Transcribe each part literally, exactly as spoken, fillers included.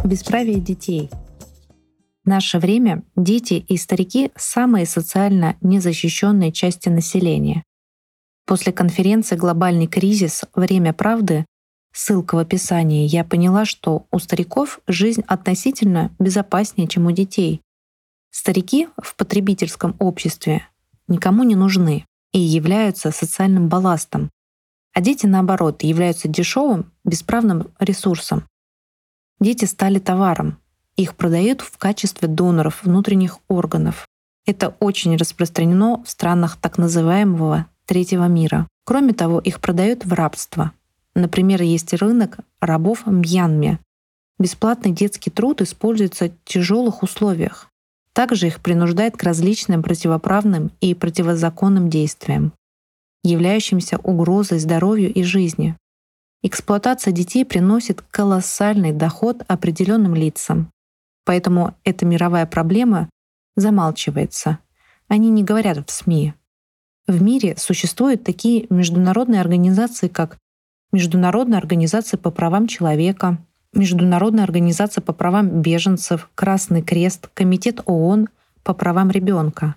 Бесправие детей. В наше время дети и старики — самые социально незащищенные части населения. После конференции «Глобальный кризис. Время правды», ссылка в описании, я поняла, что у стариков жизнь относительно безопаснее, чем у детей. Старики в потребительском обществе никому не нужны и являются социальным балластом, а дети, наоборот, являются дешевым, бесправным ресурсом. Дети стали товаром. Их продают в качестве доноров внутренних органов. Это очень распространено в странах так называемого третьего мира. Кроме того, их продают в рабство. Например, есть рынок рабов в Мьянме. Бесплатный детский труд используется в тяжелых условиях. Также их принуждают к различным противоправным и противозаконным действиям, являющимся угрозой здоровью и жизни. Эксплуатация детей приносит колоссальный доход определенным лицам. Поэтому эта мировая проблема замалчивается. Они не говорят в СМИ. В мире существуют такие международные организации, как Международная организация по правам человека, Международная организация по правам беженцев, Красный Крест, Комитет ООН по правам ребенка.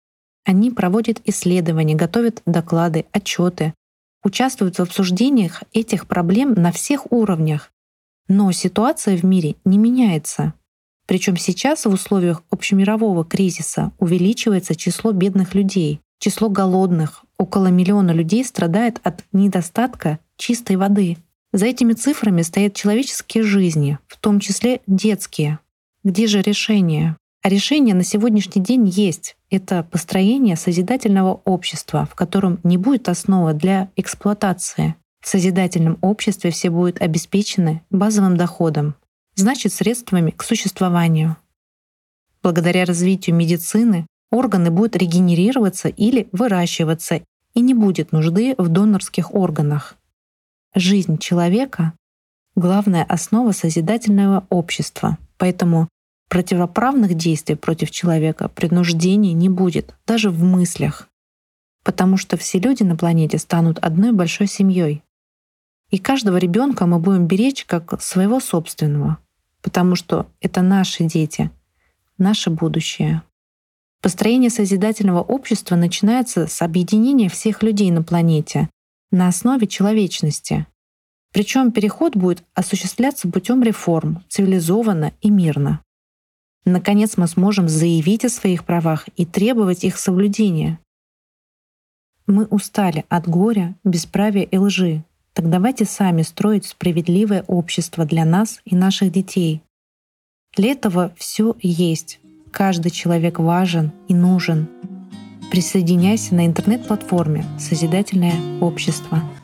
Они проводят исследования, готовят доклады, отчеты, участвуют в обсуждениях этих проблем на всех уровнях. Но ситуация в мире не меняется. Причем сейчас в условиях общемирового кризиса увеличивается число бедных людей, число голодных. Около миллиона людей страдает от недостатка чистой воды. За этими цифрами стоят человеческие жизни, в том числе детские. Где же решение? А решение на сегодняшний день есть. Это построение созидательного общества, в котором не будет основы для эксплуатации. В созидательном обществе все будут обеспечены базовым доходом, значит, средствами к существованию. Благодаря развитию медицины органы будут регенерироваться или выращиваться, и не будет нужды в донорских органах. Жизнь человека — главная основа созидательного общества, поэтому противоправных действий против человека, принуждений не будет, даже в мыслях, потому что все люди на планете станут одной большой семьей. И каждого ребенка мы будем беречь как своего собственного, потому что это наши дети, наше будущее. Построение созидательного общества начинается с объединения всех людей на планете на основе человечности. Причем переход будет осуществляться путем реформ, цивилизованно и мирно. Наконец мы сможем заявить о своих правах и требовать их соблюдения. Мы устали от горя, бесправия и лжи. Так давайте сами строить справедливое общество для нас и наших детей. Для этого все есть. Каждый человек важен и нужен. Присоединяйся на интернет-платформе «Созидательное общество».